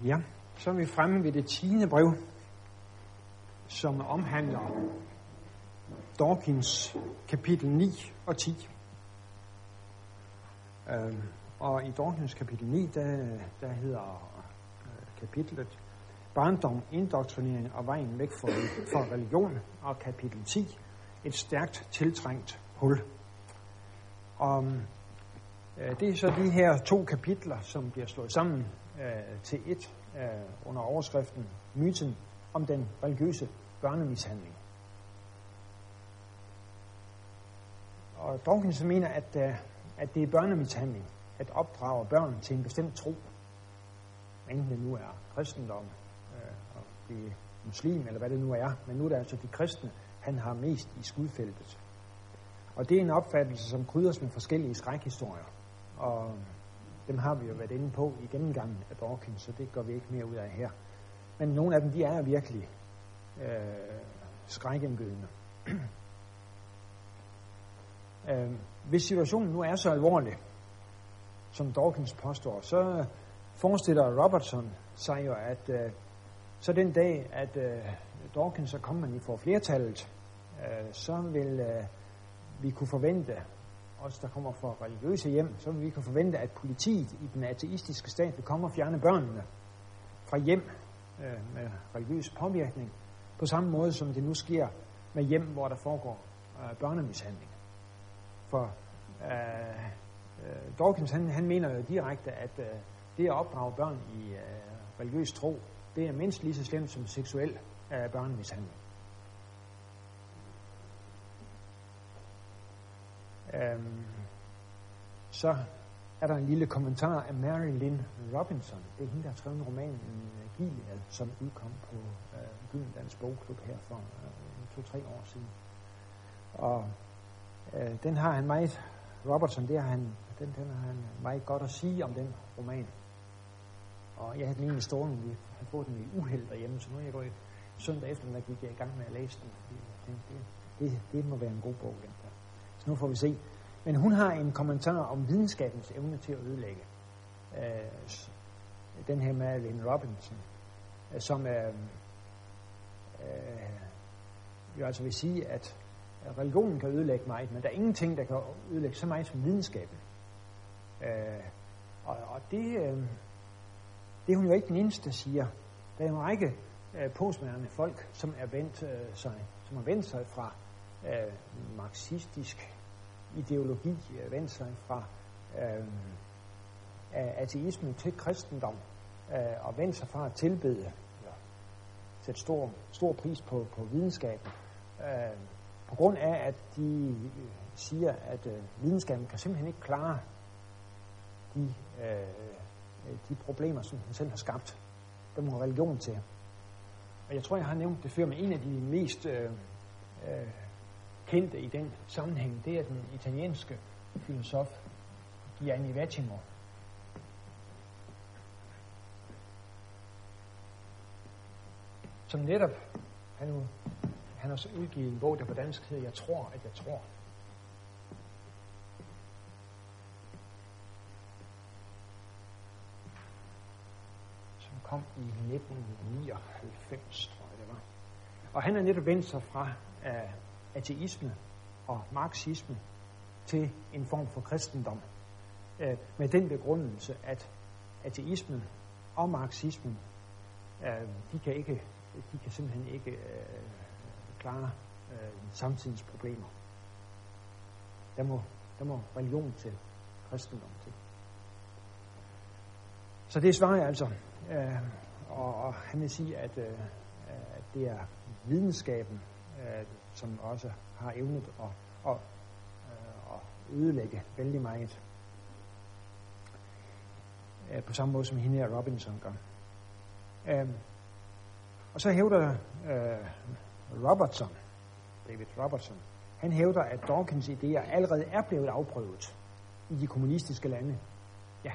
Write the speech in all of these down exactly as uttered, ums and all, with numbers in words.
Ja, så er vi fremme ved det tiende brev, som omhandler Dawkins kapitel ni og ti. Øh, og i Dawkins kapitel ni, der, der hedder øh, kapitlet Barndom, indoktrinering og vejen væk fra, fra religion, og kapitel ti, et stærkt tiltrængt hul. Og øh, det er så de her to kapitler, som bliver slået sammen øh, til et øh, under overskriften Myten om den religiøse børnemishandling. Og Dawkins mener, at, øh, at det er børnemishandling at opdrage børn til en bestemt tro. Enten det nu er kristendom, øh, og det er muslim, eller hvad det nu er. Men nu er det altså de kristne, han har mest i skudfeltet. Og det er en opfattelse, som krydres med forskellige skrækhistorier. Og dem har vi jo været inde på i gennemgangen af Dawkins, så det går vi ikke mere ud af her. Men nogle af dem, de er virkelig øh, skrækindgydende. øh, hvis situationen nu er så alvorlig, som Dawkins påstår, så forestiller Robertson sig jo, at øh, så den dag, at øh, Dawkins er kommet i for flertallet, øh, så vil øh, vi kunne forvente, os der kommer fra religiøse hjem, så vil vi kunne forvente, at politiet i den ateistiske stat vil komme og fjerne børnene fra hjem øh, med religiøs påvirkning, på samme måde som det nu sker med hjem, hvor der foregår øh, børnemishandling. For øh, øh, Dawkins, han, han mener jo direkte, at øh, det at opdrage børn i øh, religiøs tro, det er mindst lige så slemt som seksuel øh, børnemishandling. Øhm, så er der en lille kommentar af Mary Lynn Robinson. Det er hende, der har skrevet en roman, en Gilead, som udkom på øh, Gyldendals Bogklub her for øh, to-tre år siden. Og øh, den har han meget, Robertson, det har han, den, den har han meget godt at sige om den roman. Og jeg havde den egentlig stående, vi havde fået den i uheld derhjemme, så nu er jeg gået søndag eftermiddag, gik jeg i gang med at læse den, fordi jeg tænkte, det, det, det må være en god bog, den der. Så nu får vi se. Men hun har en kommentar om videnskabens evne til at ødelægge. Øh, den her med Lynn Robinson, øh, som øh, øh, jo altså vil sige, at religionen kan ødelægge meget, men der er ingenting, der kan ødelægge så meget som videnskaben. Øh, og, og det, øh, det er hun jo ikke den eneste, der siger. Der er en række øh, postmoderne folk, som er vendt øh, sig, som har vendt sig fra øh, marxistisk ideologi, øh, vendt sig fra øh, ateisme til kristendom, øh, og vendt sig fra at tilbede, ja, sætte stor, stor pris på, på videnskaben, øh, på grund af, at de siger, at øh, videnskaben kan simpelthen ikke klare de, øh, de problemer, som den selv har skabt. Der må religion til. Og jeg tror, jeg har nævnt det før, men en af de mest øh, øh, kendte i den sammenhæng, det er den italienske filosof Gianni Vattimo. Som netop, han, han har så udgivet en bog, der på dansk hedder Jeg tror, at jeg tror. Som kom i nitten nioghalvfems, tror jeg det var. Og han har netop vendt sig fra uh, ateisme og marxisme til en form for kristendom. Uh, med den begrundelse, at ateismen og marxismen, uh, de kan ikke, de kan simpelthen ikke uh, klare uh, samtidens problemer. Der må, der må religion til, kristendom til. Så det svarer jeg altså. Uh, og, og han vil sige, at, uh, at det er videnskaben, uh, som også har evnet at, at, uh, at ødelægge vældig meget. Uh, på samme måde som hende her Robinson gør. Uh, og så hævder uh, Robertson, David Robertson, han hævder, at Dawkins idéer allerede er blevet afprøvet i de kommunistiske lande. Ja.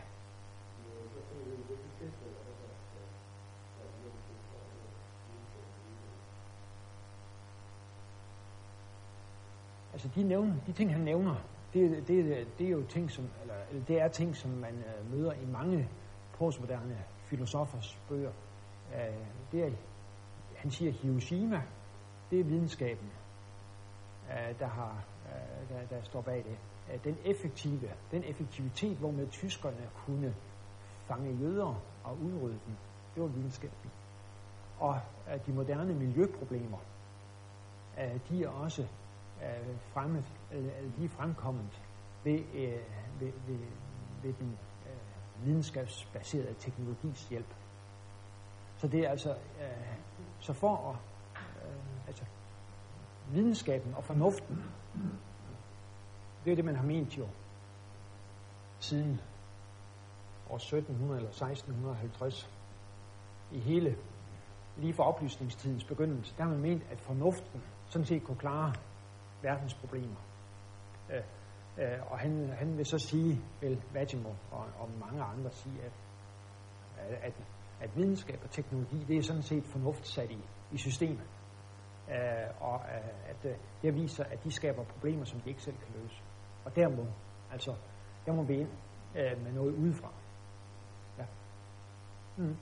Altså de, nævner, de ting, han nævner, det, det, det er jo ting, som, eller, eller det er ting, som man øh, møder i mange postmoderne filosofers bøger. Øh, det er, han siger, Hiroshima, det er videnskaben, øh, der, har, øh, der, der står bag det. Øh, den effektive, den effektivitet, hvormed tyskerne kunne fange jøder og udrydde dem, det var videnskaben. Og øh, de moderne miljøproblemer, øh, de er også øh, fremmet, øh, de er fremkommet ved, øh, ved, ved, ved den øh, videnskabsbaserede teknologis hjælp. Så det er altså, øh, så for at, øh, altså, videnskaben og fornuften, det er det, man har ment jo, siden år sytten hundrede eller seksten halvtreds, i hele, lige for oplysningstidens begyndelse, der har man ment, at fornuften sådan set kunne klare verdens problemer. Øh, øh, og han, han vil så sige, vel, Vajimov og, og mange andre sige, at, at, at videnskab og teknologi, det er sådan set fornuft sat i, i systemet. Øh, og øh, at øh, det viser, at de skaber problemer, som de ikke selv kan løse. Og der må, altså, der må vi ind øh, med noget udefra. Ja. Mm.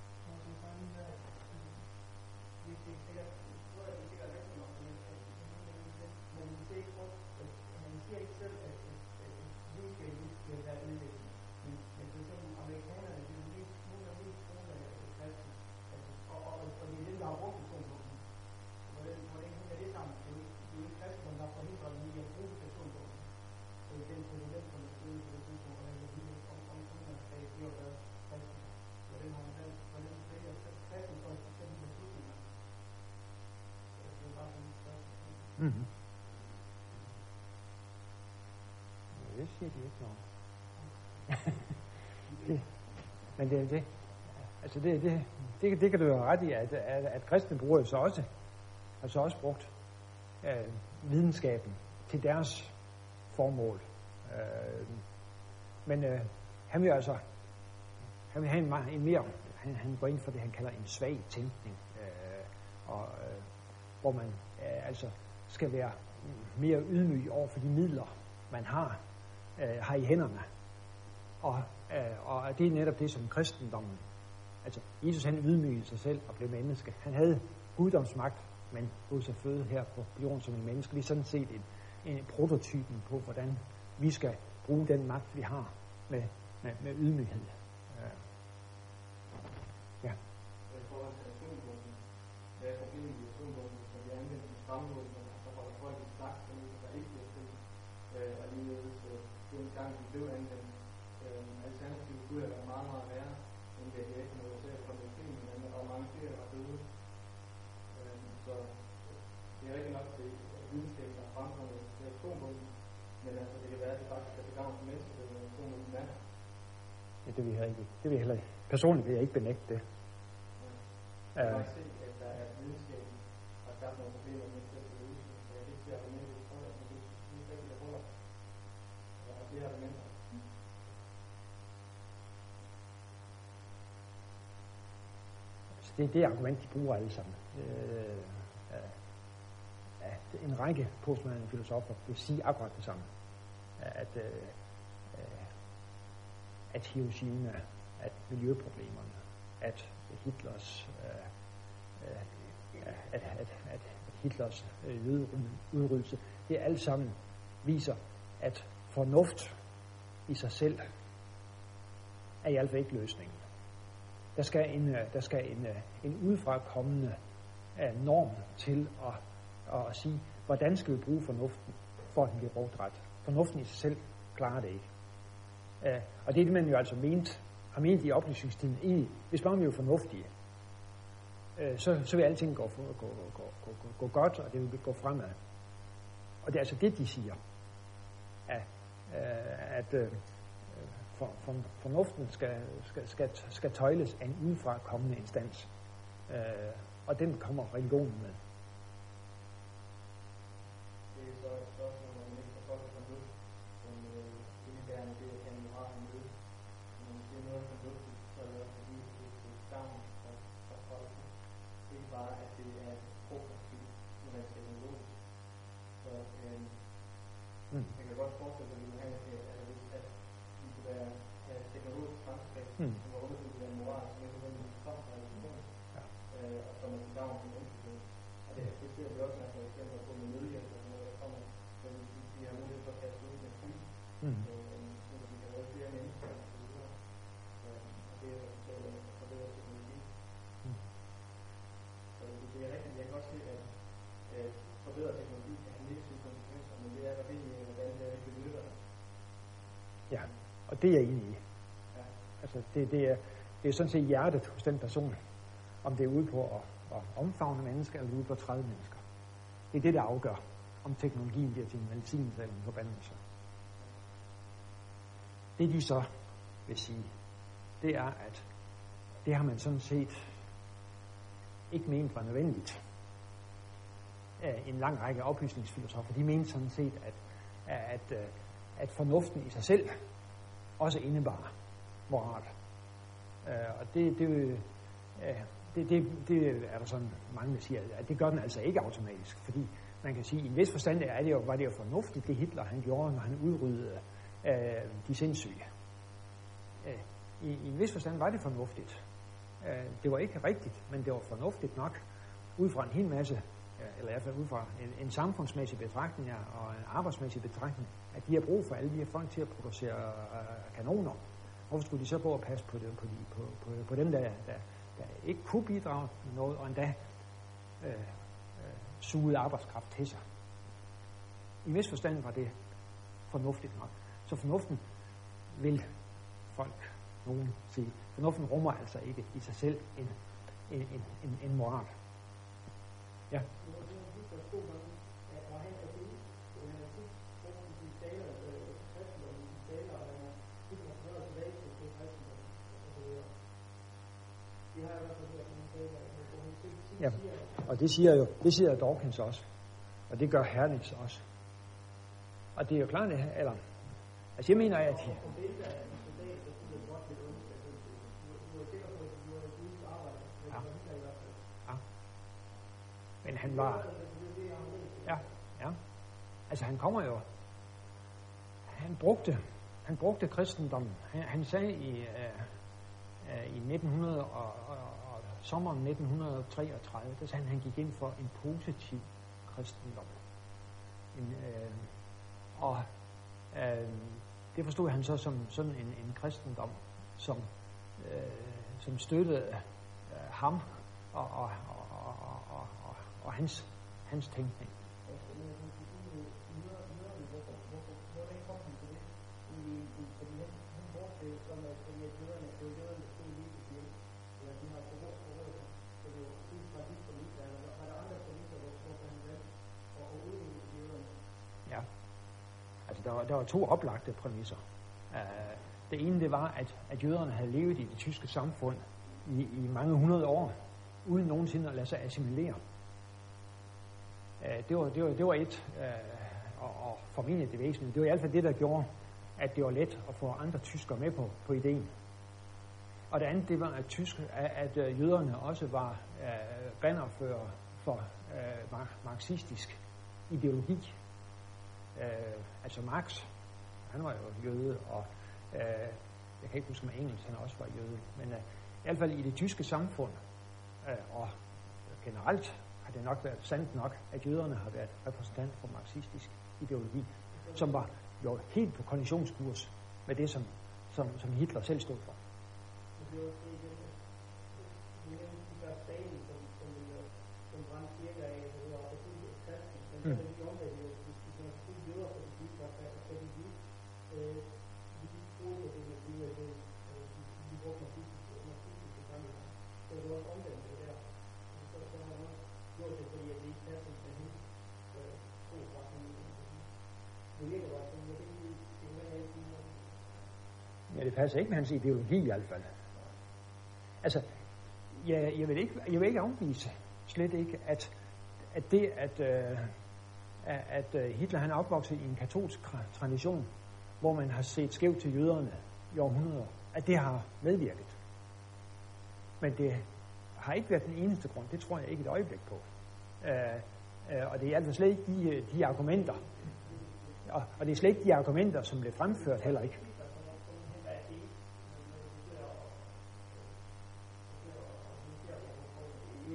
Mm-hmm. Det siger de ikke noget. det, men det er det. Altså det, det, det, det kan du jo have ret i, at, at, at kristne bruger jo så også, altså også brugt øh, videnskaben til deres formål. Øh, men øh, han vil altså, han vil have en, en mere, han, han går ind for det, han kalder en svag tænkning, øh, og, øh, hvor man øh, altså skal være mere ydmyg over for de midler, man har, øh, har i hænderne. Og, øh, og det er netop det, som kristendommen, altså Jesus han ydmygede sig selv og blev menneske. Han havde guddomsmagt, men lod sig føde her på jorden som en menneske. Det er sådan set en, en prototypen på, hvordan vi skal bruge den magt, vi har med, med, med ydmyghed. Øh. Ja. Hvad er problemet i atomvåben, som vi anvender som skræmmevåben, så holder folk i slag, der ikke bliver fri. Øh, og ligeledes, øh, den gang de blev anvendt, øh, alternativt kunne have været meget, meget værre, end det er ikke noget, der kom i krigen, men der var mange flere, der var døde. Øh, så det er ikke nok til videnskaben, der er fremkommet til atomvåben, men altså det kan være, at det faktisk er til gavn for mennesker, at atomvåben er. Ja, det vil jeg ikke. Det vil jeg heller ikke. Personligt vil jeg ikke benægte det. Ja. Jeg kan uh, se, at der er videnskab, og der er nogle problemer med til at løse. Så jeg kan ikke se argumentet for det, men det er ikke rigtigt, der holder. Og det er argumenter. Altså, det er det argument, de bruger alle sammen. Øh, øh, at en række postmoderne filosofer vil sige akkurat det samme. At, øh, øh, at Hiroshima, at miljøproblemerne, at Hitlers øh, At, at, at Hitlers øh, jødeudryddelse, det alt sammen viser, at fornuft i sig selv er i hvert fald ikke løsningen. Der skal en, der skal en, en udefrakommende norm til at, at sige, hvordan skal vi bruge fornuften, for at den bliver brugt ret. Fornuften i sig selv klarer det ikke. Og det er det, man jo altså ment, har ment i oplysningstiden. Egentlig, hvis bare vi er jo fornuftige, Så, så vil alting gå, gå, gå, gå, gå, gå godt, og det vil gå fremad. Og det er altså det, de siger, at, at for, for, fornuften skal, skal, skal, skal tøjles af en udefra kommende instans. Og den kommer religionen med. Det er så et spørgsmål, om man ikke får folk fornuft, som indebærende det, at han har en møde. Når man siger noget fornuftigt, så er det også fordi, det er et gavn for folk. Ikke bare, at det er progressivt, men teknologisk. Så øh, mm. jeg kan godt forestille mig, at vi må have, at, at vi kunne være teknologisk fremskridt, Mm. som var undersøgt af en moral, som ikke nødvendigvis kom fra religion, Ja. øh, og som er til gavn for menneskeheden. Og det, det ser vi også, altså eksempler på med nødhjælp og sådan noget, der kommer, så vi, vi har mulighed for at kaste ud med fly, Mm. øh, så vi kan redde flere mennesker og så videre. Øh, og det er så forbedret teknologi. Mm. Så det, det er rigtigt, jeg kan også se, at øh, forbedret teknologi kan have negative konsekvenser, men det er der virkelig, hvordan det er, vi benytter det. Ja, og det er jeg enig i. Ja. Altså, det, det, er, det er sådan set hjertet hos den person, om det er ude på at, at omfavne mennesker, eller ude på at træde mennesker. Det er det, der afgør, om teknologien bliver til en velsignelse eller en forbandelse. Det, de så vil sige, det er, at det har man sådan set ikke ment var nødvendigt. En lang række oplysningsfilosofer, de mente sådan set, at, at, at fornuften i sig selv også indebar moral. Og det, det, det, det, det er der sådan mange, der siger, at det gør den altså ikke automatisk, fordi man kan sige, at i en vis forstand er det jo, var det jo fornuftigt, det Hitler han gjorde, når han udryddede øh, de sindssyge. Øh, i, I en vis forstand var det fornuftigt. Øh, det var ikke rigtigt, men det var fornuftigt nok, ud fra en hel masse, øh, eller i hvert fald ud fra en, en samfundsmæssig betragtning og en arbejdsmæssig betragtning, at de har brug for alle de her folk til at producere øh, kanoner. Hvorfor skulle de så gå og passe på, det, på, de, på, på, på dem, der, der, der ikke kunne bidrage med noget, og endda øh, øh, sugede arbejdskraft til sig? I en vis forstand var det fornuftigt nok. Så fornuften vil folk, nogen sige, fornuften rummer altså ikke i sig selv en, en, en, en, en moral. Ja. Ja, og det siger jo, det siger Dawkins også, og det gør Herlitz også. Og det er jo klart, det, eller, altså jeg mener, at ja. Ja. Men han var, ja, ja, altså han kommer jo, han brugte, han brugte kristendommen. Han, han sagde i, uh, i nitten hundrede og, og, og sommeren nitten treogtredive, der sagde han, han gik ind for en positiv kristendom. En, øh, og øh, det forstod han så som sådan en, en kristendom, som, øh, som støttede øh, ham og, og, og, og, og, og, og hans, hans tænkning. Ja, altså der var, der var to oplagte præmisser. Uh, det ene det var, at, at jøderne havde levet i det tyske samfund i, i mange hundrede år, uden nogensinde at lade sig assimilere. Uh, det, var, det, var, det var et, uh, og, og formentlig det væsentlige. Det var i hvert fald det, der gjorde, at det var let at få andre tyskere med på, på ideen. Og det andet, det var, at, tysk, at, at jøderne også var uh, bannerfører for uh, marxistisk ideologi. Uh, altså Marx, han var jo jøde, og uh, jeg kan ikke huske, om engelsk han også var jøde, men uh, i hvert fald i det tyske samfund, uh, og generelt har det nok været sandt nok, at jøderne har været repræsentant for marxistisk ideologi, som var jo helt på kollisionskurs med det, som, som, som Hitler selv stod for. Mm. Ja, det passer ikke med hans ideologi i hvert fald. Altså, jeg, jeg, vil ikke, jeg vil ikke afvise slet ikke, at, at det, at, øh, at Hitler han er opvokset i en katolsk tradition, hvor man har set skævt til jøderne i århundreder, at det har medvirket. Men det har ikke været den eneste grund. Det tror jeg ikke et øjeblik på. Øh, øh, og det er altså slet ikke de, de argumenter, og, og det er slet ikke de argumenter, som blev fremført heller ikke.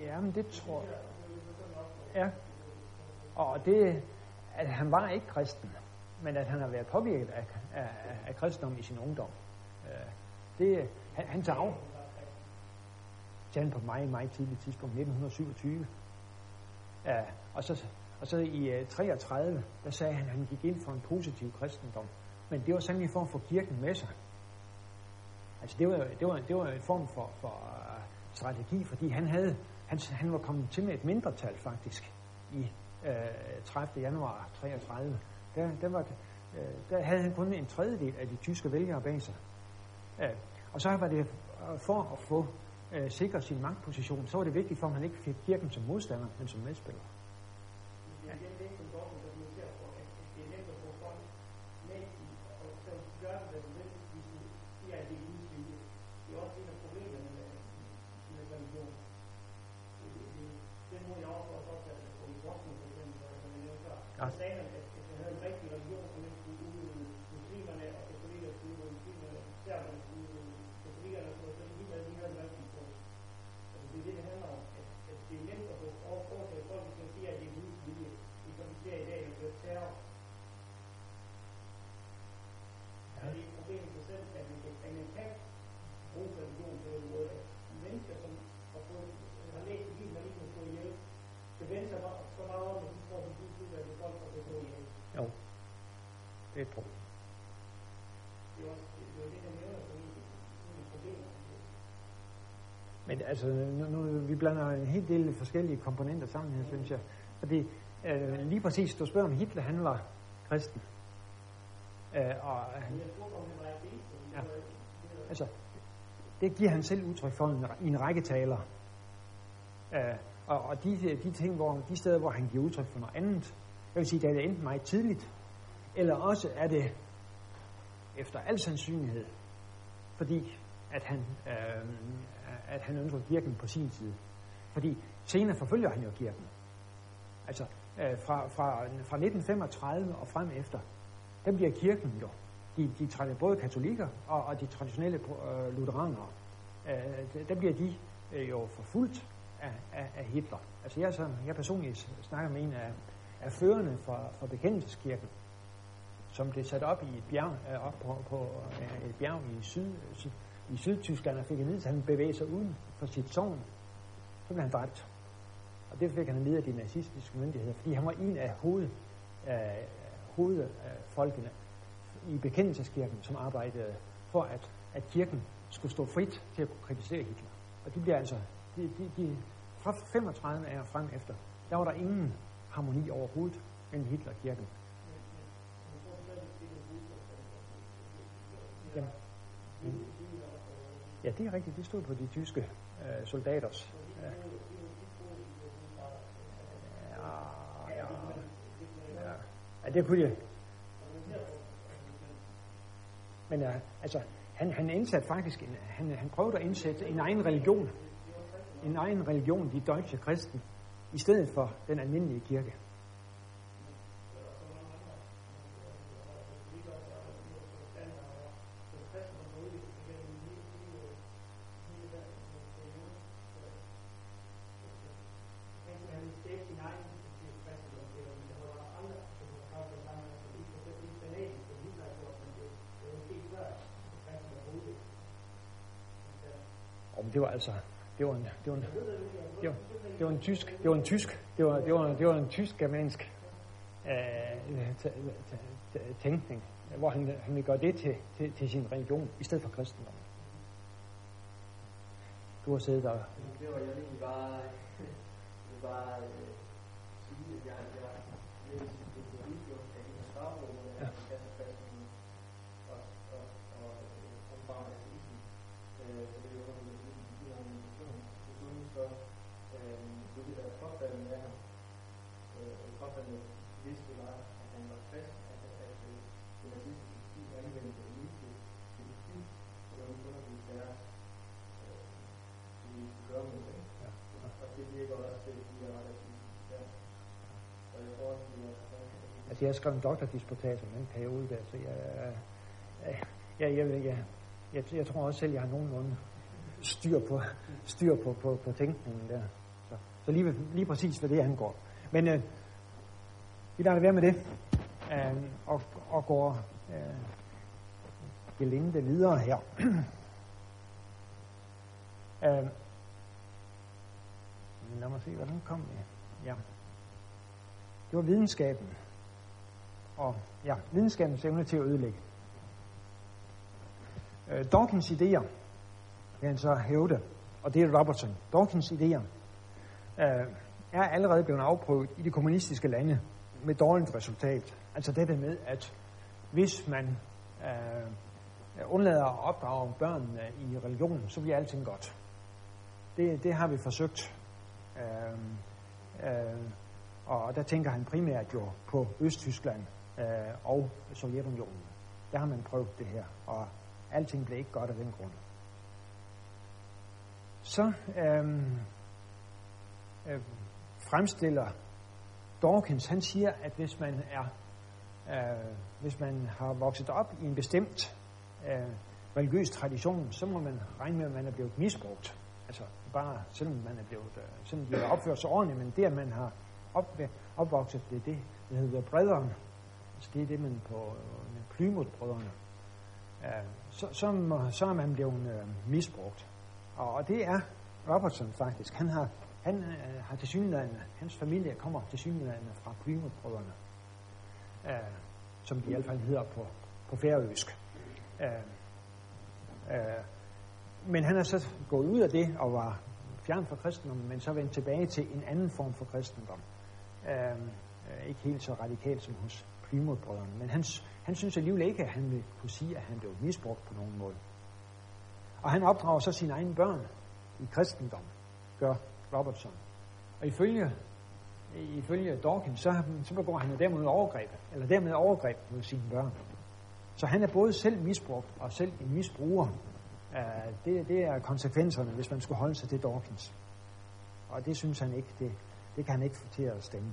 Jamen, det tror jeg. Ja. Og det, at han var ikke kristen, men at han har været påvirket af, af, af kristendom i sin ungdom. Det, han, han tager af. Til han på meget, meget tidligt tidspunkt, nitten syvogtyve. Ja, og, så, og så i uh, treogtredive, der sagde han, at han gik ind for en positiv kristendom. Men det var sandelig for at få kirken med sig. Altså det var, det var, det var en form for, for uh, strategi, fordi han, havde, han, han var kommet til med et mindretal faktisk i uh, tredivte januar treogtredive. Der, der, var, uh, der havde han kun en tredjedel af de tyske vælgere bag sig. Uh, og så var det uh, for at få uh, sikret sin magtposition, så var det vigtigt for, at han ikke fik kirken som modstander, men som medspiller. Ja. Ja. Han sagde, at han havde en rigtig religion, som ikke skulle udøve muslimerne, og katolikker skulle udøve muslimerne, serberne skulle udøve katolikkerne, og så var det lige, at de havde en rigtig på. Altså det er det, det handler om, at, at det er nemt at få overtaget folk, hvis man siger, at det er Guds vilje. Det som vi ser i dag, at det er terror. Ja. Det er et problem i sig selv, at man kan, at man kan bruge religion på en måde, at mennesker, som har, fået, har læst i Bibelen, og ikke kan få hjælp, det vender sig så meget om, at de får de Guds vilje, at det folk, der kan få hjælp. Jo, det er et problem. Det er også det, er det der nævner, som er et problem. Men altså, nu, nu, vi blander en hel del forskellige komponenter sammen her, synes jeg. Fordi øh, lige præcis, du spørger om Hitler, han var kristen. Øh, og han, ja, altså, det giver han selv udtryk for en, i en række taler. Øh, og og de, de ting, hvor, de steder, hvor han giver udtryk for noget andet, jeg vil sige, der er det enten meget tidligt, eller også er det efter al sandsynlighed, fordi at han, øh, at han ønsker kirken på sin side. Fordi senere forfølger han jo kirken. Altså øh, fra, fra, fra nitten femogtredive og frem efter, der bliver kirken jo, de, de både katolikker og, og de traditionelle øh, lutheranere, øh, der bliver de øh, jo forfulgt af, af, af Hitler. Altså jeg, så, jeg personligt snakker med en af, af førerne fra, fra bekendelseskirken, som blev sat op i et bjerg, øh, op på, på øh, et bjerg i syd, syd i Sydtyskland, og fik at vide, at han bevægede sig uden for sit sogn. Så blev han dræbt. Og det fik han at vide af de nazistiske myndigheder, fordi han var en af hoved, øh, hovedfolkene i bekendelseskirken, som arbejdede for, at, at kirken skulle stå frit til at kunne kritisere Hitler. Og de bliver altså, de, de, de, fra femogtredive år frem efter, der var der ingen harmoni overhovedet mellem Hitler og kirken. Jamen. Mm. Ja, det er rigtigt. Det stod på de tyske øh, soldaters. Ja. Ja, ja, ja. Ja, det kunne jeg. Men ja, altså, han, han indsatte faktisk, en, han, han prøvede at indsætte en egen religion, en egen religion, de deutsche kristen, i stedet for den almindelige kirke. Det var altså, det var en, det var en, det var, det var en tysk, det var en tysk, det var, det var, det var en tysk-germansk øh, tænkning, hvor han, han vil gøre det til, til, til sin religion, i stedet for kristendom. Du har siddet der. Det var jeg egentlig bare, det var sige, at jeg har læst en video af en startrum, hvor jeg kan tage fast i og og omfang af isen. Så det er jo sådan, at det er en mission. Desuden så det det der påfaldende af ham, påfaldende vidste det var, at han var fast, at det nazistiske parti anvendte elite til det fint, og det var kun at blive deres, som vi skulle gøre med det. Og det virker også til, at de er ret af ja. Og jeg tror også, de er... Altså, jeg har skrevet en doktordisputat om den periode der, så jeg... jeg, jeg, jeg, jeg, jeg, jeg tror også selv, jeg har nogenlunde styr på, styr på, på, på tænkningen der. Så. Så lige, lige præcis, hvad det angår. Men øh, vi lader det være med det, øh, og, og går øh, gelinde videre her. øh, lad mig se, hvordan kom det? Ja. Det var videnskaben. Og ja, videnskabens evne til at ødelægge. Øh, Dawkins idéer, vil han så hævde, og det er Robertson. Dawkins idéer øh, er allerede blevet afprøvet i de kommunistiske lande med dårligt resultat. Altså dette med, at hvis man øh, undlader at opdrage børnene i religionen, så bliver alting godt. Det, det har vi forsøgt. Øh, øh, og der tænker han primært jo på Østtyskland øh, og Sovjetunionen. Der har man prøvet det her, og alting blev ikke godt af den grund. Så øh, øh, fremstiller Dawkins, han siger, at hvis man er, øh, hvis man har vokset op i en bestemt øh, religiøs tradition, så må man regne med, at man er blevet misbrugt. Altså bare selvom man er blevet, øh, selvom de har opført sig ordentligt, men det, at man har op, opvokset, det er det, der hedder brederen. Altså det er det, man på øh, Plymouth-brødrene. Øh, så, så, må, så er man blevet øh, misbrugt. Og, og det er Robertson faktisk. Han har Han øh, har tilsyneladende, hans familie kommer tilsyneladende fra Plymouth-brødrene, øh, som de i hvert fald hedder på, på færøsk. Øh, øh, men han er så gået ud af det og var fjern fra kristendommen, men så vendt tilbage til en anden form for kristendom. Øh, øh, ikke helt så radikalt som hos Plymouth-brødrene, men han, han synes alligevel ikke, at han vil kunne sige, at han blev misbrugt på nogen måde. Og han opdrager så sine egne børn i kristendom, gør Robertson. Og ifølge, ifølge Dawkins, så, så begår han jo dermed overgreb, eller dermed overgreb mod sine børn. Så han er både selv misbrugt og selv en misbruger. Uh, det, det er konsekvenserne, hvis man skulle holde sig til Dawkins. Og det synes han ikke, det, det kan han ikke få til at stemme.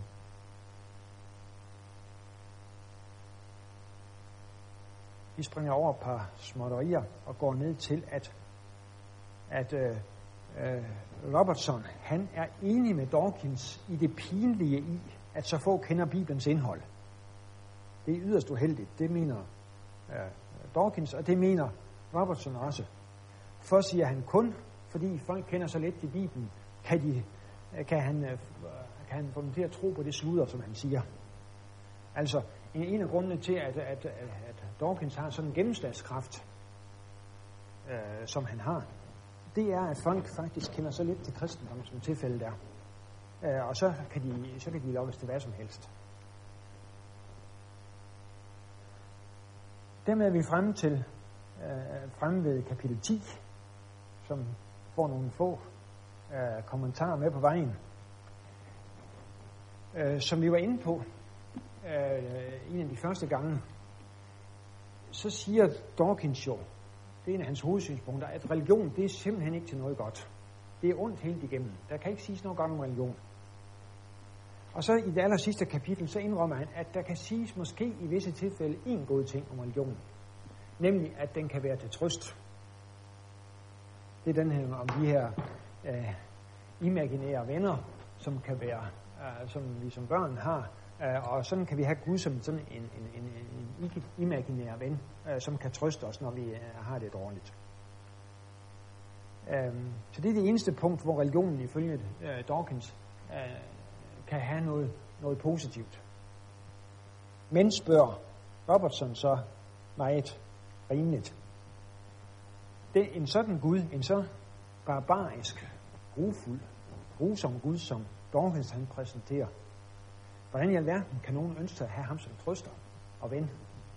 Vi springer over et par småtterier og går ned til, at, at uh, uh, Robertson, han er enig med Dawkins i det pinlige i, at så få kender Bibelens indhold. Det er yderst uheldigt. Det mener uh, Dawkins, og det mener Robertson også. For siger han kun, fordi folk kender så lidt til Bibelen, kan, de, kan, han, kan han få dem til at tro på det sludder, som han siger. Altså, en, en af grundene til, at, at, at Dawkins har sådan en gennemslagskraft, øh, som han har, det er, at folk faktisk kender så lidt til kristendom, som tilfældet er. Øh, og så kan, de, så kan de lokkes til hvad som helst. Dermed er vi fremme til øh, fremme ved kapitel ti, som får nogle få øh, kommentarer med på vejen. Øh, som vi var inde på øh, en af de første gange, så siger Dawkins jo, det er en af hans hovedsynspunkter, at religion, det er simpelthen ikke til noget godt. Det er ondt helt igennem. Der kan ikke siges noget godt om religion. Og så i det aller sidste kapitel, så indrømmer han, at der kan siges måske i visse tilfælde en god ting om religion. Nemlig, at den kan være til trøst. Det er den her om de her øh, imaginære venner, som kan være, øh, som vi som børn har. Øh, og sådan kan vi have Gud som sådan en, en, en, en imaginær ven, øh, som kan trøste os, når vi øh, har det dårligt. Øh, så det er det eneste punkt, hvor religionen ifølge øh, Dawkins øh, kan have noget, noget positivt. Men spørger Robertson så meget rimeligt. Det, en sådan Gud, en så barbarisk, grufuld, grusom Gud, som Dawkins han præsenterer, hvordan i alverden kan nogen ønske at have ham som trøster og ven?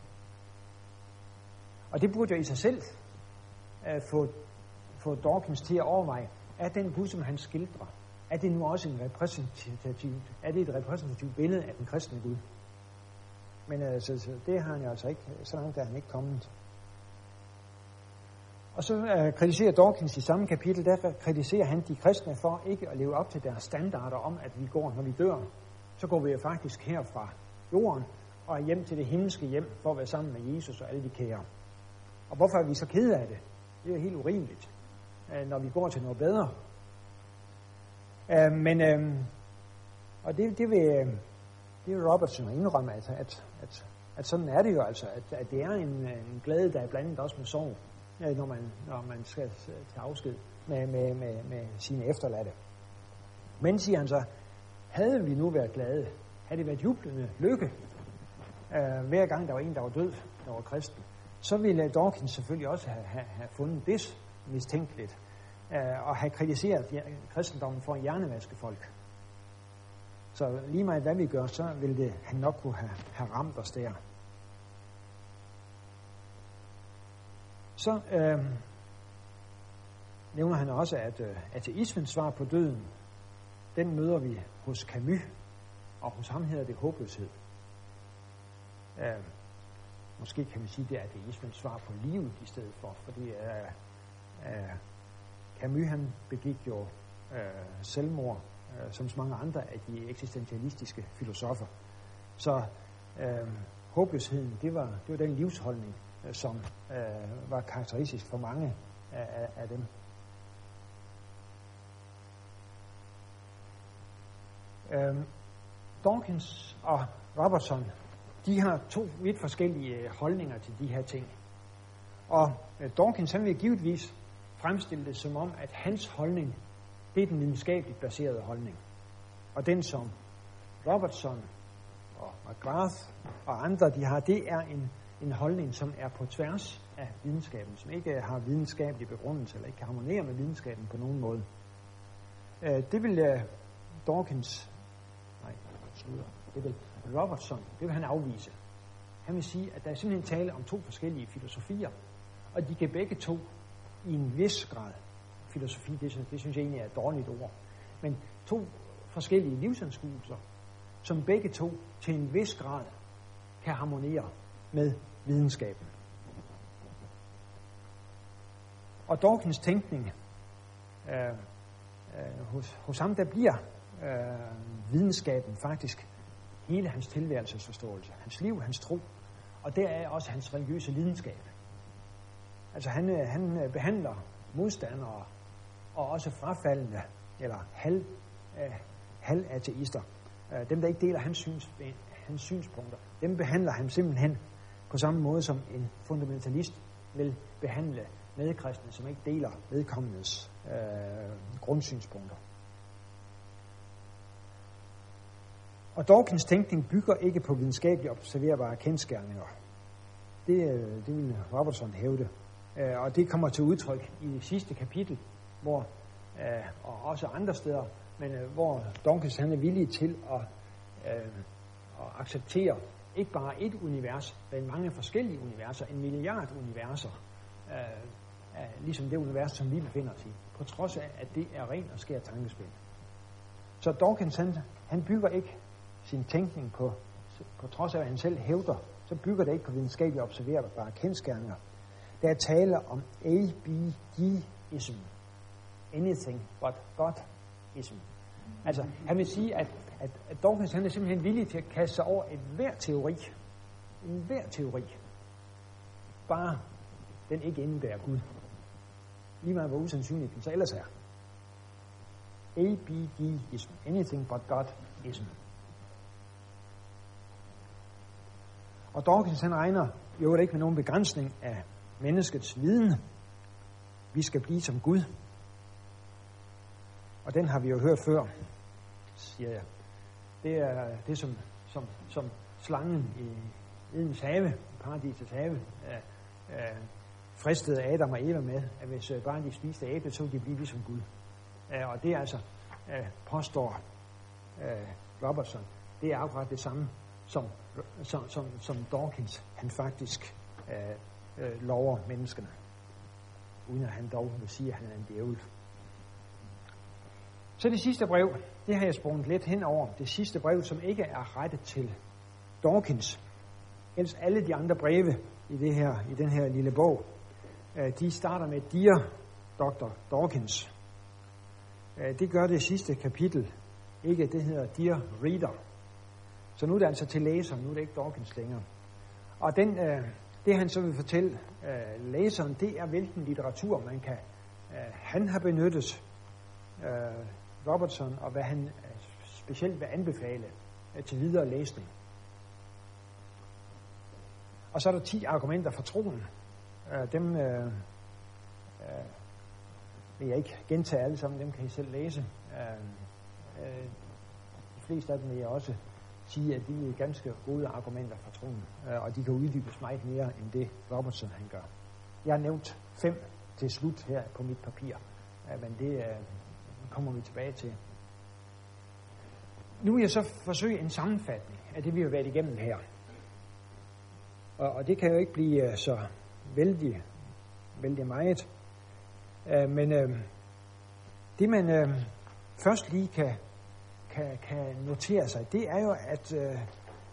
Og det burde jo i sig selv uh, få, få Dawkins til at overveje, er den Gud, som han skildrer, er det nu også en repræsentativ, er det et repræsentativt billede af den kristne Gud? Men uh, så, så det har han jo altså ikke, så langt er han ikke kommet. Og så uh, kritiserer Dawkins i samme kapitel, der kritiserer han de kristne for ikke at leve op til deres standarder om, at vi går, når vi dør, så går vi jo faktisk her fra jorden og hjem til det himmelske hjem for at være sammen med Jesus og alle de kære. Og hvorfor er vi så kede af det? Det er jo helt urimeligt, uh, når vi går til noget bedre. Uh, men, uh, og det, det, vil, det vil Robertson indrømme, at, at, at, at sådan er det jo altså, at, at det er en, en glæde, der er blandet også med sorg, når man, når man skal tage afsked med, med, med, med sine efterladte. Men, siger han så, havde vi nu været glade, havde det været jublende lykke, uh, hver gang der var en, der var død, der var kristen, så ville Dawkins selvfølgelig også have, have, have fundet det mistænkeligt, uh, og have kritiseret kristendommen for en hjernevaskefolk. Så lige meget hvad vi gør, så ville det, han nok kunne have, have ramt os der. Så øh, nævner han også, at øh, ateismens svar på døden, den møder vi hos Camus, og hos ham hedder det håbløshed. Øh, måske kan man sige, det er ateismens svar på livet i stedet for, fordi øh, øh, Camus han begik jo øh, selvmord, øh, som så mange andre af de eksistentialistiske filosofer. Så øh, håbløsheden, det var, det var den livsholdning, øh, som øh, var karakteristisk for mange af, af, af dem. Øh, Dawkins og Robertson, de har to vidt forskellige holdninger til de her ting. Og øh, Dawkins, han vil givetvis fremstille det som om, at hans holdning, det er den videnskabeligt baserede holdning. Og den, som Robertson og McGrath og andre, de har, det er en, en holdning, som er på tværs af videnskaben, som ikke har videnskabelig begrundelse, eller ikke kan harmonere med videnskaben på nogen måde. Øh, det vil uh, Dawkins, nej, slutter, det vil Robertson, det vil han afvise. Han vil sige, at der er simpelthen tale om to forskellige filosofier, og de kan begge to i en vis grad, filosofi, det, det synes jeg egentlig er et dårligt ord, men to forskellige livsanskuelser, som begge to til en vis grad kan harmonere med videnskaben. Og Dawkins tænkning, øh, øh, hos, hos ham, der bliver øh, videnskaben faktisk hele hans tilværelsesforståelse, hans liv, hans tro, og der er også hans religiøse lidenskab. Altså han, han behandler modstandere og også frafaldende, eller halv, øh, halvateister, øh, dem der ikke deler hans, syns, hans synspunkter, dem behandler han simpelthen på samme måde som en fundamentalist vil behandle medkristne, som ikke deler vedkommendes øh, grundsynspunkter. Og Dawkins tænkning bygger ikke på videnskabeligt observerbare kendsgerninger. Det, det vil Robertson hævde. Og det kommer til udtryk i det sidste kapitel, hvor, og også andre steder, men hvor Dawkins han er villig til at, at acceptere ikke bare et univers, men mange forskellige universer, en milliard universer, ligesom det univers, som vi befinder os i, på trods af, at det er rent og skær tankespil. Så Dawkins han, han bygger ikke sin tænkning på, på trods af, at han selv hævder, så bygger det ikke på videnskabeligt observerbare kendsgerninger. Der er tale om A B G-ism. Anything but God-ism. Altså, han vil sige, at, at, at Dawkins han er simpelthen villig til at kaste sig over et hver teori. En hver teori. Bare den ikke indebærer Gud. Lige meget hvor usandsynligt den så ellers er. A B G-ism. Anything but God-ism. Og Dawkins han regner jo ikke med nogen begrænsning af menneskets viden. Vi skal blive som Gud. Og den har vi jo hørt før, siger jeg. Det er det, som, som, som slangen i Edens have, paradisets have, øh, øh, fristede Adam og Eva med, at hvis øh, bare de spiste æble, så ville de blive ligesom Gud. Øh, og det er altså, øh, påstår øh, Robertson, det er akkurat det samme, som, som, som, som Dawkins, han faktisk øh, øh, lover menneskene, uden at han dog vil sige, at han er en djævel. Så det sidste brev, det har jeg sprunget lidt hen over. Det sidste brev, som ikke er rettet til Dawkins. Ellers alle de andre breve i, det her, i den her lille bog, øh, de starter med Dear doktor Dawkins. Øh, det gør det sidste kapitel ikke. Det hedder Dear Reader. Så nu er det altså til læseren, nu er det ikke Dawkins længere. Og den, øh, det han så vil fortælle øh, læseren, det er hvilken litteratur man kan, øh, han har benyttet øh, Robertson, og hvad han specielt vil anbefale til videre læsning. Og så er der ti argumenter for troen. Dem øh, øh, vil jeg ikke gentage alle sammen, dem kan I selv læse. Øh, øh, de fleste af dem vil jeg også sige, at de er ganske gode argumenter for troen, øh, og de kan uddybes meget mere end det Robertson han gør. Jeg har nævnt fem til slut her på mit papir, øh, men det øh, kommer vi tilbage til. Nu vil jeg så forsøge en sammenfatning af det, vi har været igennem her. Og, og det kan jo ikke blive uh, så vældig, vældig meget. Uh, men uh, det, man uh, først lige kan, kan, kan notere sig, det er jo, at uh,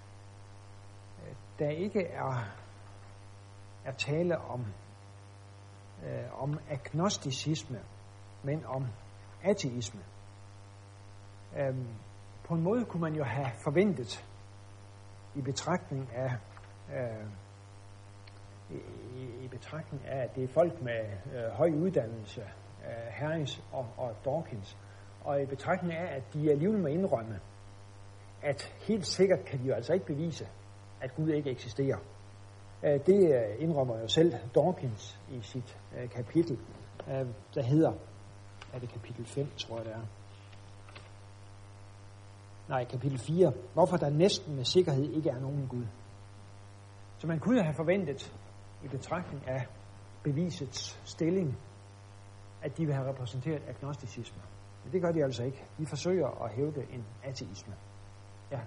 der ikke er, er tale om, uh, om agnosticisme, men om ateisme. Uh, På en måde kunne man jo have forventet i betragtning af øh, i, i betragtning af, at det er folk med øh, høj uddannelse, øh, Harris og, og Dawkins, og i betragtning af, at de alligevel må indrømme, at helt sikkert kan de jo altså ikke bevise, at Gud ikke eksisterer. Øh, det øh, indrømmer jo selv Dawkins i sit øh, kapitel, øh, der hedder, er det kapitel fem, tror jeg det er, Nej, kapitel fire. Hvorfor der næsten med sikkerhed ikke er nogen Gud. Så man kunne have forventet, i betragtning af bevisets stilling, at de vil have repræsenteret agnosticisme. Men det gør de altså ikke. De forsøger at hævde en ateisme. Ja.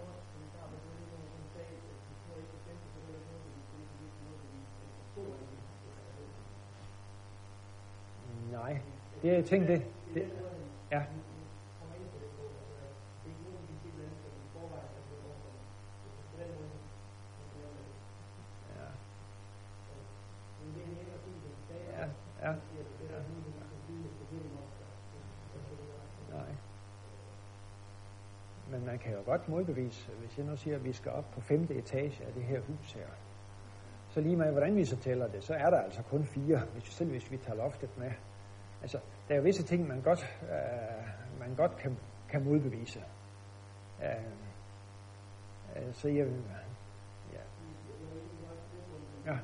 Nej, det jeg tænkte det. det ja. Ja. Nej. Men man kan jo godt modbevise, hvis jeg nu siger, at vi skal op på femte etage af det her hus her. Så lige med, hvordan vi så tæller det, så er der altså kun fire, hvis, selv hvis vi tager loftet med. Altså, der er jo visse ting, man godt, øh, man godt kan, kan modbevise. Øh, øh, så jeg... Ja. Ja.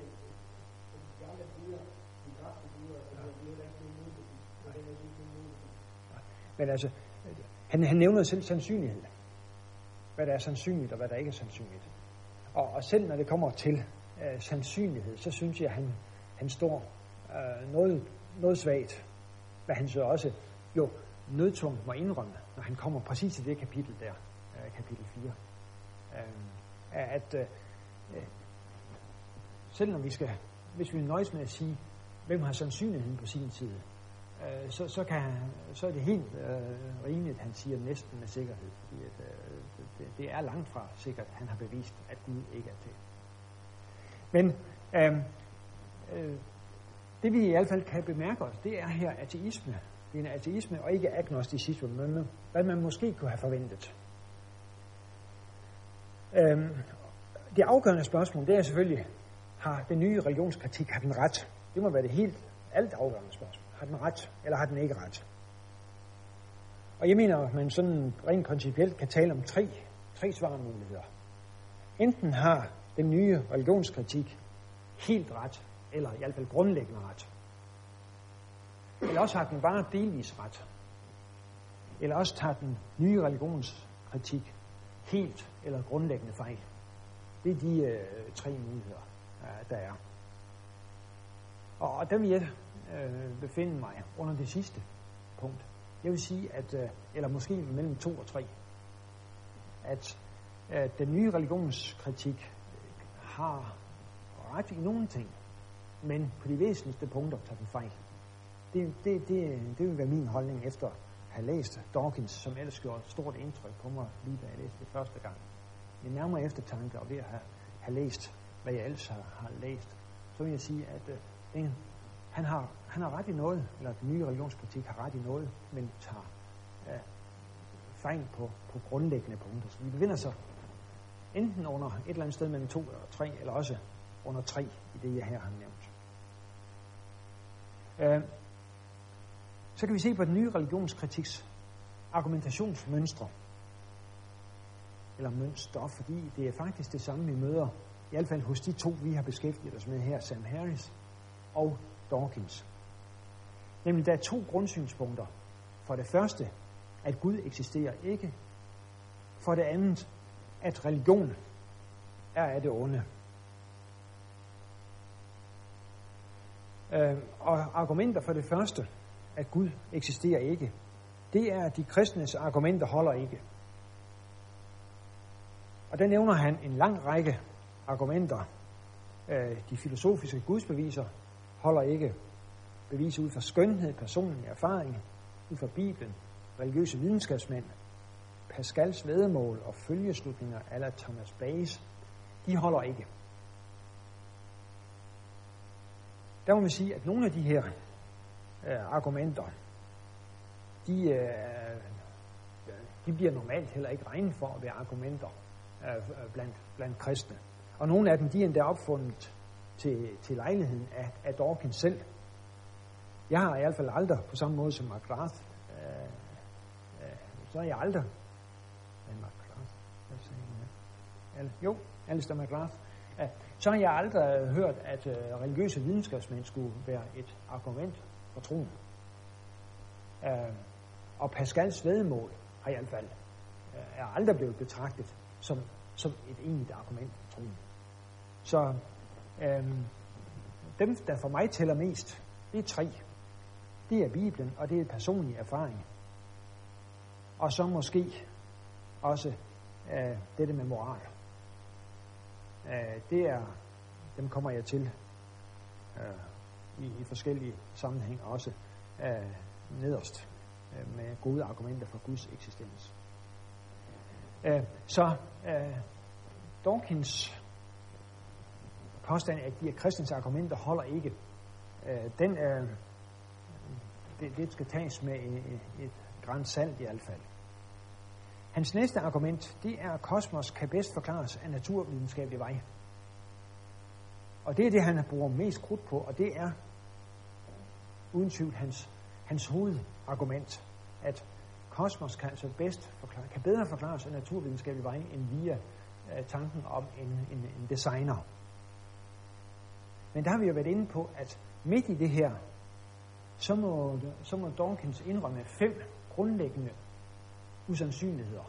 Men altså, han, han nævner selv sandsynlighed. Hvad der er sandsynligt, og hvad der ikke er sandsynligt. Og, og selv når det kommer til øh, sandsynlighed, så synes jeg, at han, han står øh, noget, noget svagt. Hvad han så også jo nødtungt må indrømme, når han kommer præcis til det kapitel der, øh, kapitel fire. Øh, at øh, selv når vi skal, hvis vi nøjes med at sige, hvem har sandsynligheden på sin side, Så, så, kan, så er det helt øh, rimeligt, at han siger næsten med sikkerhed, fordi at, øh, det, det er langt fra sikkert, at han har bevist, at Gud ikke er til. Men øh, øh, det vi i hvert fald kan bemærke os, det er her ateisme. Det er en ateisme og ikke agnosticisme, men hvad man måske kunne have forventet. Øh, det afgørende spørgsmål, det er selvfølgelig, har den nye religionskritik, har den ret? Det må være det helt alt afgørende spørgsmål. Har den ret, eller har den ikke ret? Og jeg mener, at man sådan rent principielt kan tale om tre, tre svarmuligheder. Enten har den nye religionskritik helt ret, eller i hvert fald grundlæggende ret. Eller også har den bare delvis ret. Eller også tager den nye religionskritik helt eller grundlæggende fejl. Det er de øh, tre muligheder, øh, der er. Og, og der vil jeg øh, befinde mig under det sidste punkt. Jeg vil sige, at, øh, eller måske mellem to og tre, at øh, den nye religionskritik har ret i nogle ting, men på de væsentligste punkter tager den fejl. Det, det, det, det vil være min holdning efter at have læst Dawkins, som ellers gjorde et stort indtryk på mig, lige da jeg læste det første gang. Men nærmere eftertanke og ved at have, have læst, hvad jeg ellers har, har læst, så vil jeg sige, at øh, den, han, har, han har ret i noget, eller den nye religionskritik har ret i noget, men tager øh, fejl på, på grundlæggende punkter. Så vi befinder sig enten under et eller andet sted mellem to og tre, eller også under tre i det, jeg her har nævnt. Øh, Så kan vi se på den nye religionskritiks argumentationsmønstre. Eller mønster, fordi det er faktisk det samme, vi møder, i hvert fald hos de to, vi har beskæftiget os med her, Sam Harris og Dawkins. Nemlig, der er to grundsynspunkter. For det første, at Gud eksisterer ikke. For det andet, at religion er af det onde. Øh, og argumenter for det første, at Gud eksisterer ikke, det er, at de kristnes argumenter holder ikke. Og der nævner han en lang række argumenter. Øh, de filosofiske gudsbeviser holder ikke. Beviser ud fra skønhed, personlig erfaring, ud fra Bibelen, religiøse videnskabsmænd, Pascals væddemål og følgeslutninger eller Thomas Bayes, de holder ikke. Der må man sige, at nogle af de her øh, argumenter, de, øh, de bliver normalt heller ikke regnet for at være argumenter øh, blandt, blandt kristne. Og nogle af dem, de er endda opfundet til, til lejligheden af, af Dawkins selv. Jeg har i hvert fald aldrig, på samme måde som McGrath, øh, øh, så har jeg aldrig, hvad McGrath, hvad sagde jeg? Jo, Alistair McGrath, øh, så har jeg aldrig hørt, at øh, religiøse videnskabsmænd skulle være et argument for troen. Øh, og Pascals væddemål har i hvert fald øh, er aldrig blevet betragtet som, som et egentligt argument for troen. Så øh, dem, der for mig tæller mest, det er tre. Det er Bibelen, og det er personlig erfaring. Og så måske også øh, dette med moral. Øh, det er, dem kommer jeg til øh, i, i forskellige sammenhæng også øh, nederst øh, med gode argumenter for Guds eksistens. Øh, så øh, Dawkins påstand, at de her kristens argumenter holder ikke, øh, den er Det, det skal tages med et, et gran salt i hvert fald. Hans næste argument, det er, at kosmos kan bedst forklares af naturvidenskabelig vej. Og det er det, han bruger mest krudt på, og det er uden tvivl hans, hans hovedargument, at kosmos kan altså bedst forklare, kan bedre forklares af naturvidenskabelig vej, end via uh, tanken om en, en, en designer. Men der har vi jo været inde på, at midt i det her, så må, så må Dawkins indrømme fem grundlæggende usandsynligheder.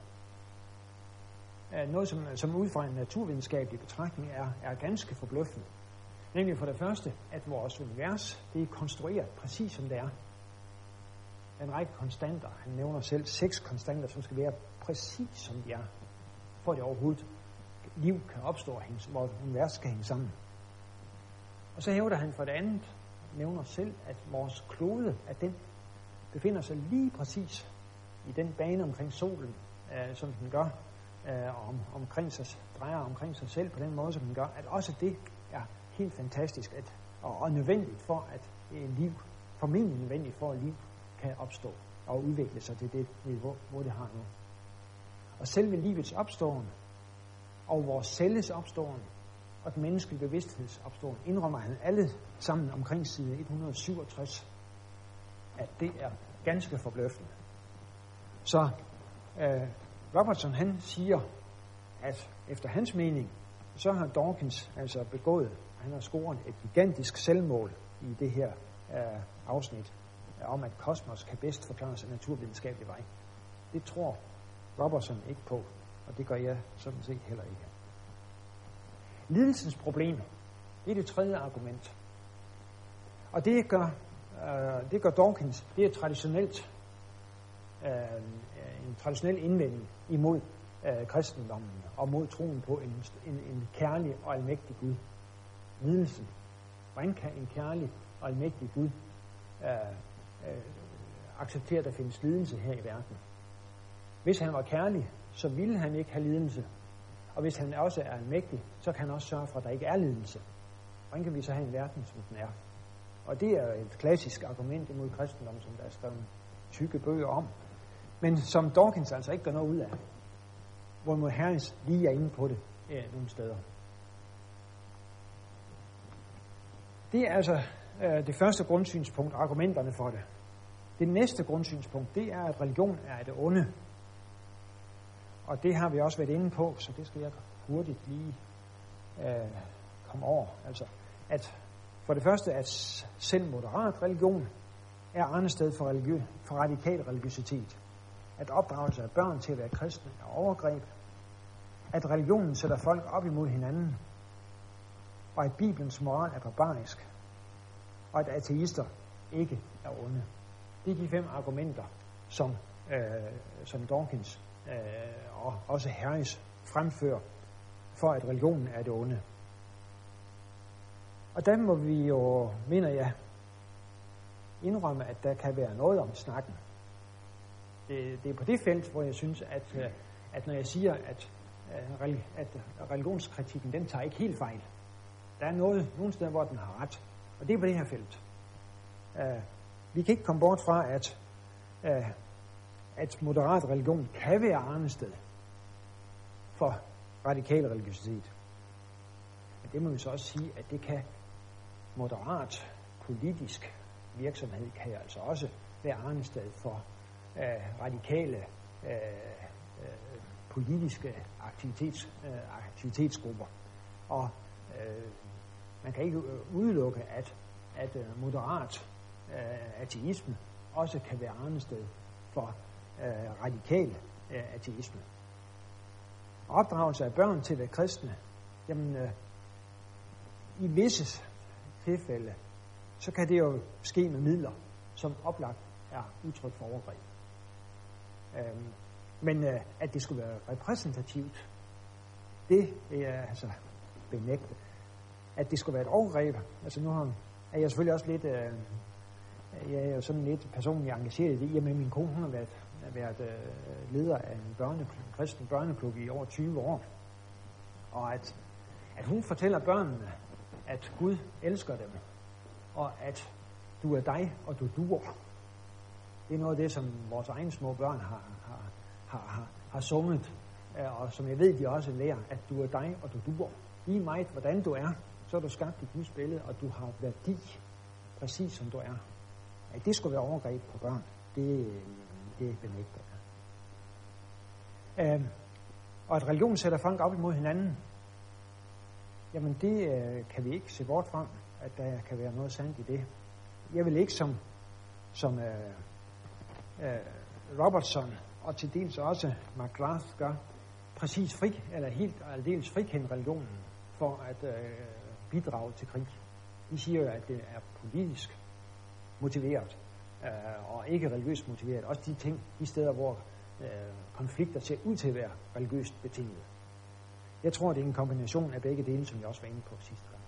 Noget, som, som ud fra en naturvidenskabelig betragtning er, er ganske forbløffende. Nemlig for det første, at vores univers, det er konstrueret præcis som det er. En række konstanter, han nævner selv seks konstanter, som skal være præcis som de er, for at det overhovedet liv kan opstå, og vores univers skal hænge sammen. Og så hævder han for det andet, nævner selv, at vores klode, at den befinder sig lige præcis i den bane omkring solen, øh, som den gør, øh, om, omkring sig, drejer omkring sig selv på den måde, som den gør, at også det er helt fantastisk at, og, og nødvendigt for, at øh, liv, formentlig nødvendigt for, at liv kan opstå og udvikle sig til det niveau, hvor det har nu. Og selve livets opståen og vores celles opståen og den menneskelige bevidstheds opståen, indrømmer han alle sammen omkring side et hundrede syvogtres, at det er ganske forbløffende. Så øh, Robertson, han siger, at efter hans mening, så har Dawkins altså begået, han har scoret et gigantisk selvmål i det her øh, afsnit, øh, om at kosmos kan bedst forklares af naturvidenskabelig vej. Det tror Robertson ikke på, og det gør jeg sådan set heller ikke. Lidelsens problemer, det er det tredje argument. Og det gør, øh, det gør Dawkins, det er traditionelt, øh, en traditionel indvending imod øh, kristendommen og mod troen på en, en, en kærlig og almægtig Gud. Lidelsen. Hvordan kan en kærlig og almægtig Gud øh, øh, acceptere, at der findes lidelse her i verden? Hvis han var kærlig, så ville han ikke have lidelse. Og hvis han også er almægtig, så kan han også sørge for, at der ikke er lidelse. Hvordan kan vi så have en verden, som den er? Og det er et klassisk argument imod kristendommen, som der er skrevet tykke bøger om. Men som Dawkins altså ikke gør noget ud af. Hvorimod Harris lige er inde på det øh, nogle steder. Det er altså øh, det første grundsynspunkt, argumenterne for det. Det næste grundsynspunkt, det er, at religion er det onde. Og det har vi også været inde på, så det skal jeg hurtigt lige øh, komme over. Altså, at for det første, at selv moderat religion er arnested for, religiø- for radikal religiøsitet. At opdragelse af børn til at være kristne er overgreb. At religionen sætter folk op imod hinanden. Og at Bibelens moral er barbarisk. Og at ateister ikke er onde. Det er de fem argumenter, som, øh, som Dawkins øh, og også Harris fremfører for, at religionen er det onde. Og der må vi jo, mener jeg, indrømme, at der kan være noget om snakken. Det, det er på det felt, hvor jeg synes, at, at når jeg siger, at, at religionskritikken, den tager ikke helt fejl. Der er noget, nogle steder, hvor den har ret. Og det er på det her felt. Uh, vi kan ikke komme bort fra, at, uh, at moderat religion kan være arnested for radikal religiøsitet. Men det må vi så også sige, at det kan moderat politisk virksomhed kan altså også være arnested for uh, radikale uh, uh, politiske aktivitets, uh, aktivitetsgrupper. Og uh, man kan ikke udelukke, at, at uh, moderat uh, ateisme også kan være arnested for uh, radikal uh, ateisme. Opdragelse af børn til at være kristne, jamen uh, i visse tilfælde, så kan det jo ske med midler, som oplagt er udtryk for overgreb. Øhm, men øh, at det skulle være repræsentativt, det er altså benægtet. At det skulle være et overgreb, altså nu har, er jeg selvfølgelig også lidt, øh, jeg er jo sådan lidt personligt engageret i det, jamen min kone, hun har været, været øh, leder af en børneklub, en kristen børneklub i over tyve år, og at, at hun fortæller børnene, at Gud elsker dem, og at du er dig, og du duer. Det er noget af det, som vores egne små børn har, har, har, har, har sunget, og som jeg ved, de også lærer, at du er dig, og du duer. Lige meget, hvordan du er, så er du skabt i Guds billede, og du har værdi, præcis som du er. At det skulle være overgreb på børn, det, det benægter jeg. Øh, og at religion sætter folk op imod hinanden, jamen det øh, kan vi ikke se bort fra, at der kan være noget sandt i det. Jeg vil ikke som, som øh, øh, Robertson og til dels også McGrath gør, præcis fri, eller helt og aldeles frikende religionen for at øh, bidrage til krig. De siger jo, at det er politisk motiveret øh, og ikke religiøst motiveret. Også de ting, de steder, hvor øh, konflikter ser ud til at være religiøst betinget. Jeg tror, det er en kombination af begge dele, som jeg også var inde på sidste gang.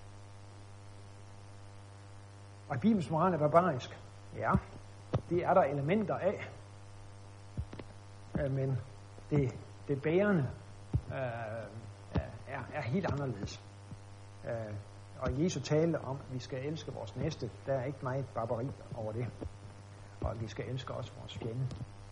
Og Bibelens moral er barbarisk. Ja, det er der elementer af. Øh, men det, det bærende øh, er, er helt anderledes. Øh, og Jesu tale om, at vi skal elske vores næste, der er ikke meget barbari over det. Og vi skal elske også vores fjende.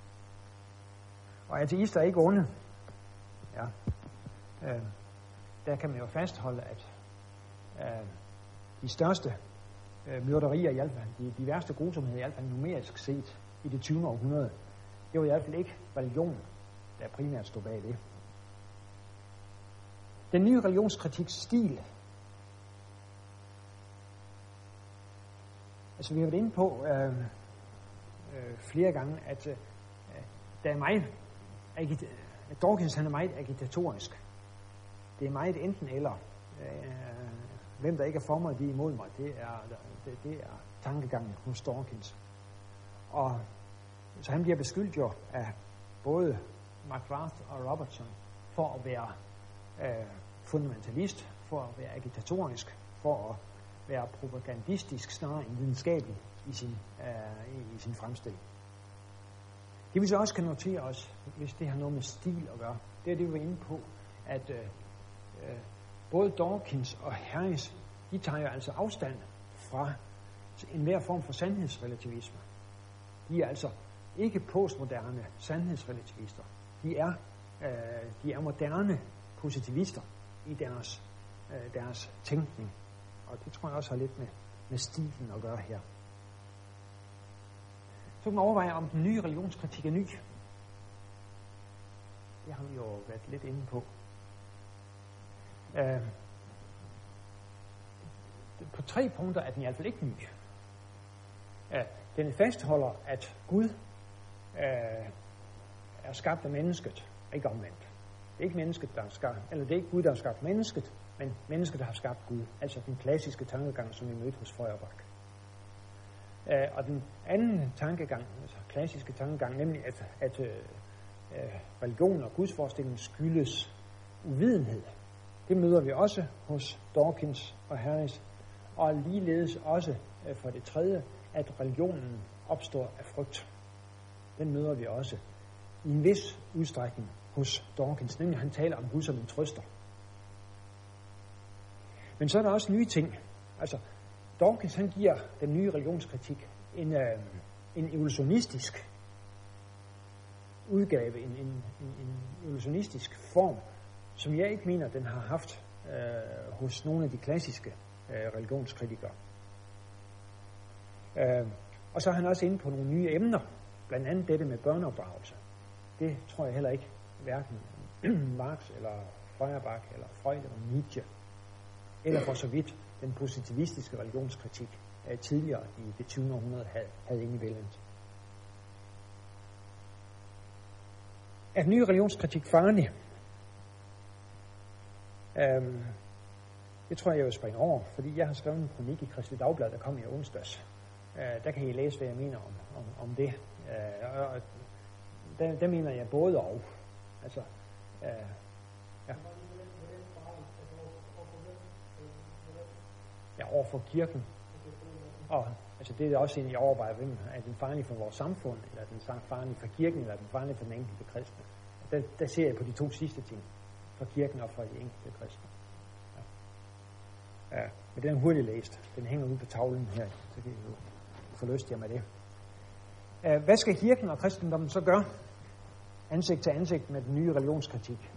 Og ateister er ikke onde. Ja. Øh, der kan man jo fastholde, at øh, de største øh, myrderier, i hvert fald, de, de værste grusomheder, i hvert fald numerisk set, i det tyvende århundrede, det var i hvert fald ikke religion, der primært stod bag det. Den nye religionskritiks stil, altså vi har været inde på øh, øh, flere gange, at øh, der er meget agit- Dawkins han er meget agitatorisk. Det er meget enten eller. Øh, hvem der ikke er for mig, de er imod mig, det er, det, det er tankegangen hos Dawkins. Og så han bliver beskyldt jo af både McGrath og Robertson for at være øh, fundamentalist, for at være agitatorisk, for at være propagandistisk snarere end videnskabelig i sin, øh, i, i sin fremstilling. Det vi så også kan notere os, hvis det har noget med stil at gøre, det er det, vi var inde på, at øh, øh, både Dawkins og Harris, de tager jo altså afstand fra enhver form for sandhedsrelativisme. De er altså ikke postmoderne sandhedsrelativister. De er, øh, de er moderne positivister i deres, øh, deres tænkning. Og det tror jeg også har lidt med, med stilen at gøre her. Så kan man overveje, om den nye religionskritik er ny. Det har vi jo været lidt inde på. Uh, på tre punkter er den i hvert fald ikke ny. Uh, den fastholder, at Gud uh, er skabt af mennesket, ikke omvendt. Det er ikke mennesket, der har skabt, eller det er ikke Gud, der har skabt mennesket, men mennesket, der har skabt Gud. Altså den klassiske tankegang, som vi mødte hos Feuerbach. Uh, og den anden tankegang, altså klassiske tankegang, nemlig at, at uh, uh, religion og gudsforestillingen skyldes uvidenhed. Det møder vi også hos Dawkins og Harris, og ligeledes også uh, for det tredje, at religionen opstår af frygt. Den møder vi også i en vis udstrækning hos Dawkins, nemlig han taler om Gud som en trøster. Men så er der også nye ting. Altså, Dawkins han giver den nye religionskritik en, øh, en evolutionistisk udgave, en, en, en evolutionistisk form, som jeg ikke mener, den har haft øh, hos nogle af de klassiske øh, religionskritikere. Øh, og så er han også inde på nogle nye emner, blandt andet dette med børneopdragelse. Det tror jeg heller ikke, hverken Marx eller Feuerbach eller Freud eller Nietzsche, eller for så vidt den positivistiske religionskritik uh, tidligere i det tyvende århundrede havde, havde inde i billedet. Er den nye religionskritik farlig? Um, det tror jeg, jeg vil springe over, fordi jeg har skrevet en kronik i Kristeligt Dagblad, der kom i onsdags. Uh, der kan I læse, hvad jeg mener om, om, om det. Uh, og der, der mener jeg både og. Altså, uh, ja. Ja, over for kirken. Og altså det er også en, jeg overvejer, hvem er den farlig for vores samfund, eller er den farlig for kirken, eller er den farlig for den enkelte kristne. Der, der ser jeg på de to sidste ting, for kirken og for de enkelte kristne. Ja. Ja, men den er hurtigt læst. Den hænger ude på tavlen her, så kan I jo få lyst til med det. Uh, hvad skal kirken og kristendommen så gøre? Ansigt til ansigt med den nye religionskritik.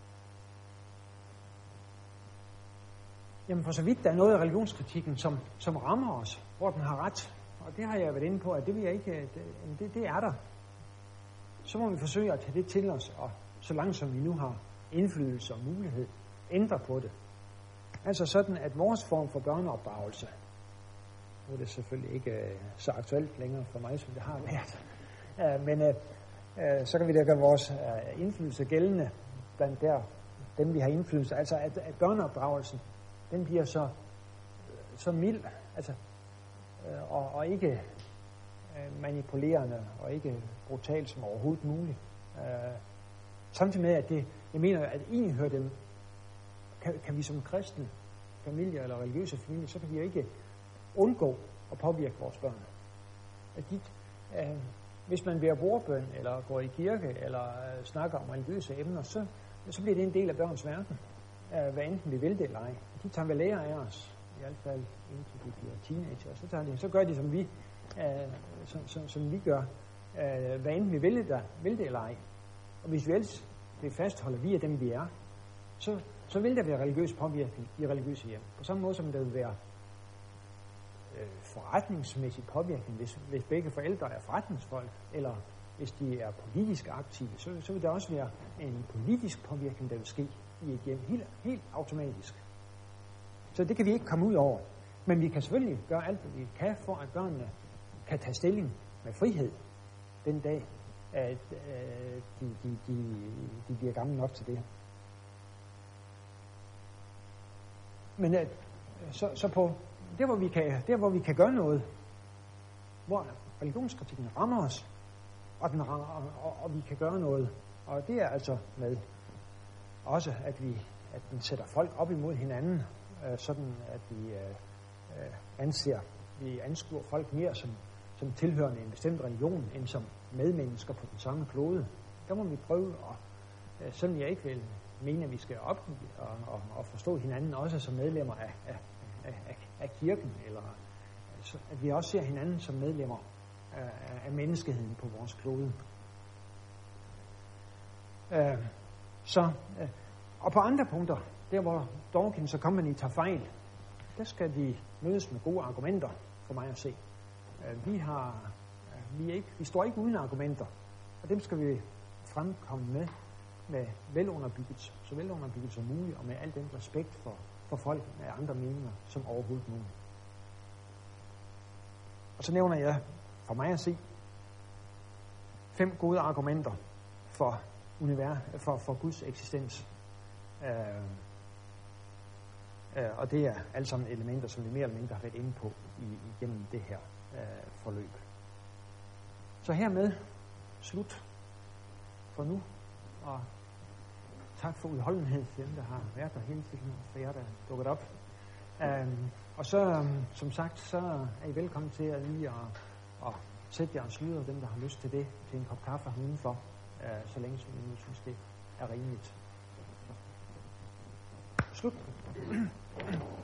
Jamen for så vidt der er noget af religionskritikken, som, som rammer os, hvor den har ret. Og det har jeg været inde på, at det vil jeg ikke, det, det, det er der. Så må vi forsøge at tage det til os, og så langt som vi nu har indflydelse og mulighed, ændre på det. Altså sådan, at vores form for børneopdragelse, nu er det selvfølgelig ikke uh, så aktuelt længere for mig, som det har været, uh, men uh, uh, så kan vi da gøre vores uh, indflydelse gældende blandt der, dem vi har indflydelse. Altså at, at børneopdragelsen, den bliver så, så mild, altså, øh, og, og ikke øh, manipulerende, og ikke brutal som overhovedet muligt. Øh, samtidig med, at det, jeg mener, at egentlig hører dem, kan, kan vi som kristne familier eller religiøse familier, så kan vi jo ikke undgå at påvirke vores børn. At de, øh, hvis man beder bordbøn, eller går i kirke, eller øh, snakker om religiøse emner, så, så bliver det en del af børns verden. Hvad enten vi vil det eller ej. De tager vel lære af os, i hvert fald indtil de bliver teenager, så, tager de, så gør de, som vi, øh, som, som, som vi gør, øh, hvad enten vi vil det, der, vil det eller ej. Og hvis vi ellers det fastholder, vi er dem, vi er, så, så vil der være religiøs påvirkning i religiøse hjem. På samme måde som der vil være øh, forretningsmæssig påvirkning, hvis, hvis begge forældre er forretningsfolk, eller hvis de er politisk aktive, så, så vil der også være en politisk påvirkning, der vil ske i et hjem, helt, helt automatisk. Så det kan vi ikke komme ud over. Men vi kan selvfølgelig gøre alt, hvad vi kan, for at børnene kan tage stilling med frihed den dag, at øh, de, de, de, de bliver gamle nok til det. Men øh, så, så på der hvor, vi kan, der, hvor vi kan gøre noget, hvor religionskritikken rammer os, og, den, og, og, og vi kan gøre noget, og det er altså med også, at vi at den sætter folk op imod hinanden, øh, sådan at vi øh, øh, anser, vi anskuer folk mere som, som tilhørende en bestemt religion, end som medmennesker på den samme klode. Der må vi prøve, at, øh, selvom jeg ikke vil mene, at vi skal op og, og, og forstå hinanden også som medlemmer af, af, af, af kirken, eller altså, at vi også ser hinanden som medlemmer af, af menneskeheden på vores klode. Øh, så øh, Og på andre punkter, der hvor Dawkins og company tager fejl, der skal de mødes med gode argumenter, for mig at se. Vi har, vi, er ikke, vi står ikke uden argumenter, og dem skal vi fremkomme med, med velunderbygget, så velunderbygget som muligt, og med al den respekt for, for folk med andre meninger, som overhovedet muligt. Og så nævner jeg, for mig at se, fem gode argumenter for, univers, for, for Guds eksistens. Øh, øh, og det er alle sammen elementer, som vi mere eller mindre har været inde på i, igennem det her øh, forløb. Så hermed slut for nu, og tak for udholdenhed til dem, der har været der hele tiden, og for jer, der er dukket op. Um, og så, um, som sagt, så er I velkommen til at lige at, at sætte jer og slutte dem, der har lyst til det, til en kop kaffe udenfor, uh, så længe som I nu synes, det er rimeligt. Slut.